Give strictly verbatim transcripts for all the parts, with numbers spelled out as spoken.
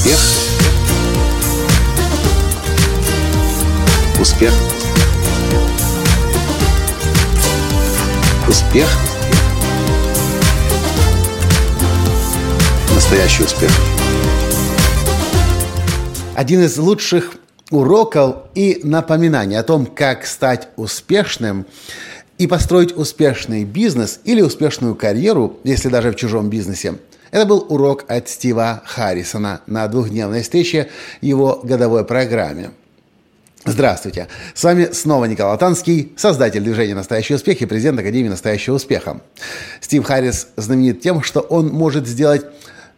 Успех. Успех. Успех. Настоящий успех. Один из лучших уроков и напоминаний о том, как стать успешным и построить успешный бизнес или успешную карьеру, если даже в чужом бизнесе, это был урок от Стива Харрисона на двухдневной встрече в его годовой программе. Здравствуйте! С вами снова Николай Латанский, создатель движения «Настоящий успех» и президент Академии «Настоящего успеха». Стив Харрис знаменит тем, что он может сделать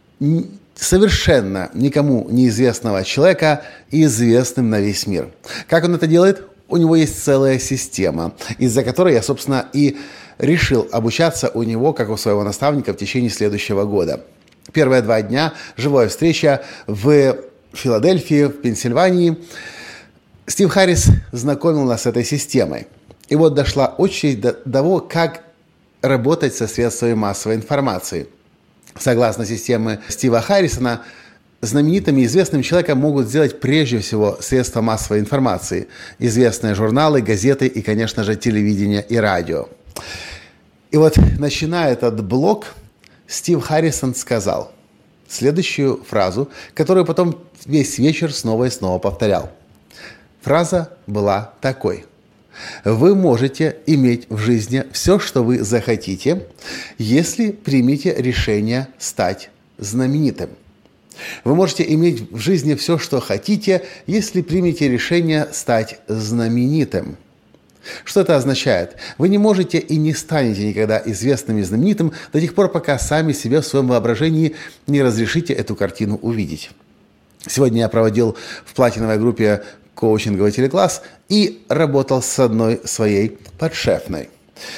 совершенно никому неизвестного человека известным на весь мир. Как он это делает? У него есть целая система, из-за которой я, собственно, и решил обучаться у него, как у своего наставника, в течение следующего года. Первые два дня живая встреча в Филадельфии, в Пенсильвании. Стив Харрис знакомил нас с этой системой. И вот дошла очередь до того, как работать со средствами массовой информации. Согласно системе Стива Харрисона, знаменитым и известным человеком могут сделать прежде всего средства массовой информации, известные журналы, газеты и, конечно же, телевидение и радио. И вот, начиная этот блок, Стив Харрисон сказал следующую фразу, которую потом весь вечер снова и снова повторял. Фраза была такой. Вы можете иметь в жизни все, что вы захотите, если примете решение стать знаменитым. Вы можете иметь в жизни все, что хотите, если примете решение стать знаменитым. Что это означает? Вы не можете и не станете никогда известным и знаменитым до тех пор, пока сами себе в своем воображении не разрешите эту картину увидеть. Сегодня я проводил в платиновой группе коучинговый телекласс и работал с одной своей подшефной.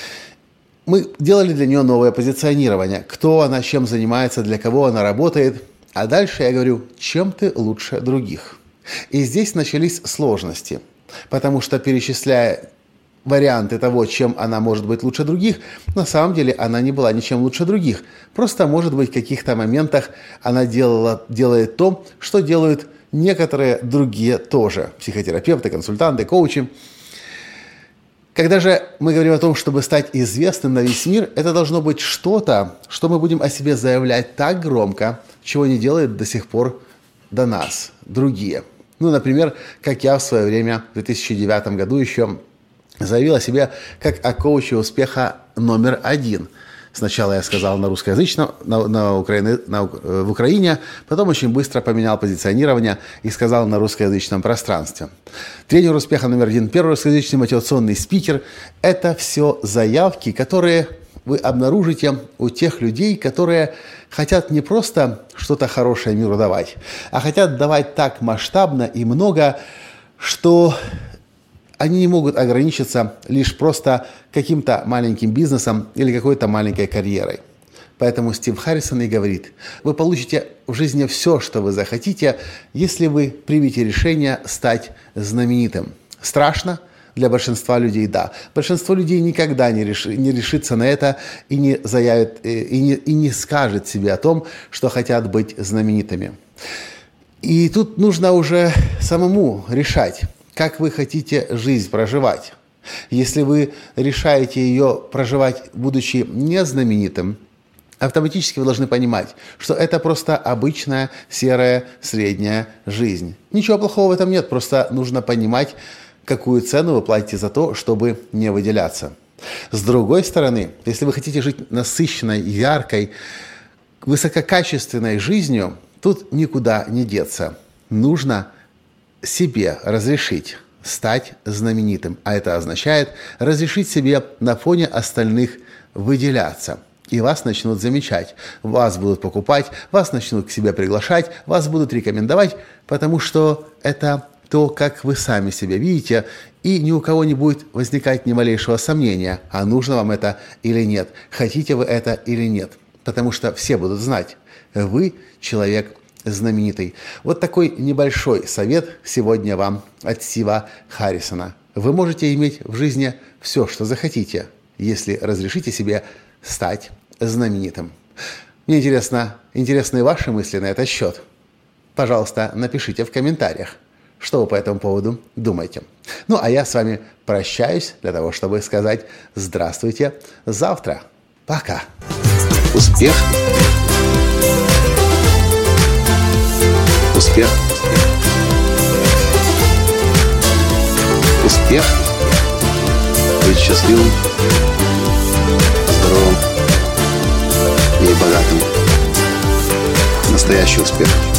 Мы делали для нее новое позиционирование. Кто она, чем занимается, для кого она работает. А дальше я говорю, чем ты лучше других. И здесь начались сложности. Потому что, перечисляя варианты того, чем она может быть лучше других, на самом деле она не была ничем лучше других. Просто, может быть, в каких-то моментах она делала, делает то, что делают некоторые другие тоже. Психотерапевты, консультанты, коучи. Когда же мы говорим о том, чтобы стать известным на весь мир, это должно быть что-то, что мы будем о себе заявлять так громко, чего не делают до сих пор до нас другие. Ну, например, как я в свое время, в две тысячи девятом году еще заявил о себе как о коуче успеха номер один. Сначала я сказал на русскоязычном, на, на Украине, на, в Украине, потом очень быстро поменял позиционирование и сказал на русскоязычном пространстве. Тренер успеха номер один, первый русскоязычный мотивационный спикер – это все заявки, которые вы обнаружите у тех людей, которые хотят не просто что-то хорошее миру давать, а хотят давать так масштабно и много, что они не могут ограничиться лишь просто каким-то маленьким бизнесом или какой-то маленькой карьерой. Поэтому Стив Харрисон и говорит, вы получите в жизни все, что вы захотите, если вы примете решение стать знаменитым. Страшно? Для большинства людей да. Большинство людей никогда не, реши, не решится на это и не заявит, и не, и не скажет себе о том, что хотят быть знаменитыми. И тут нужно уже самому решать, как вы хотите жизнь проживать. Если вы решаете ее проживать, будучи незнаменитым, автоматически вы должны понимать, что это просто обычная серая средняя жизнь. Ничего плохого в этом нет, просто нужно понимать, какую цену вы платите за то, чтобы не выделяться. С другой стороны, если вы хотите жить насыщенной, яркой, высококачественной жизнью, тут никуда не деться. Нужно себе разрешить стать знаменитым. А это означает разрешить себе на фоне остальных выделяться. И вас начнут замечать, вас будут покупать, вас начнут к себе приглашать, вас будут рекомендовать, потому что это то, как вы сами себя видите, и ни у кого не будет возникать ни малейшего сомнения, а нужно вам это или нет, хотите вы это или нет. Потому что все будут знать, вы человек знаменитый. Вот такой небольшой совет сегодня вам от Стива Харрисона. Вы можете иметь в жизни все, что захотите, если разрешите себе стать знаменитым. Мне интересно, интересны ваши мысли на этот счет. Пожалуйста, напишите в комментариях, что вы по этому поводу думаете. Ну, а я с вами прощаюсь для того, чтобы сказать здравствуйте завтра. Пока. Успех. Успех. Успех. Быть счастливым, здоровым и богатым. Настоящий успех.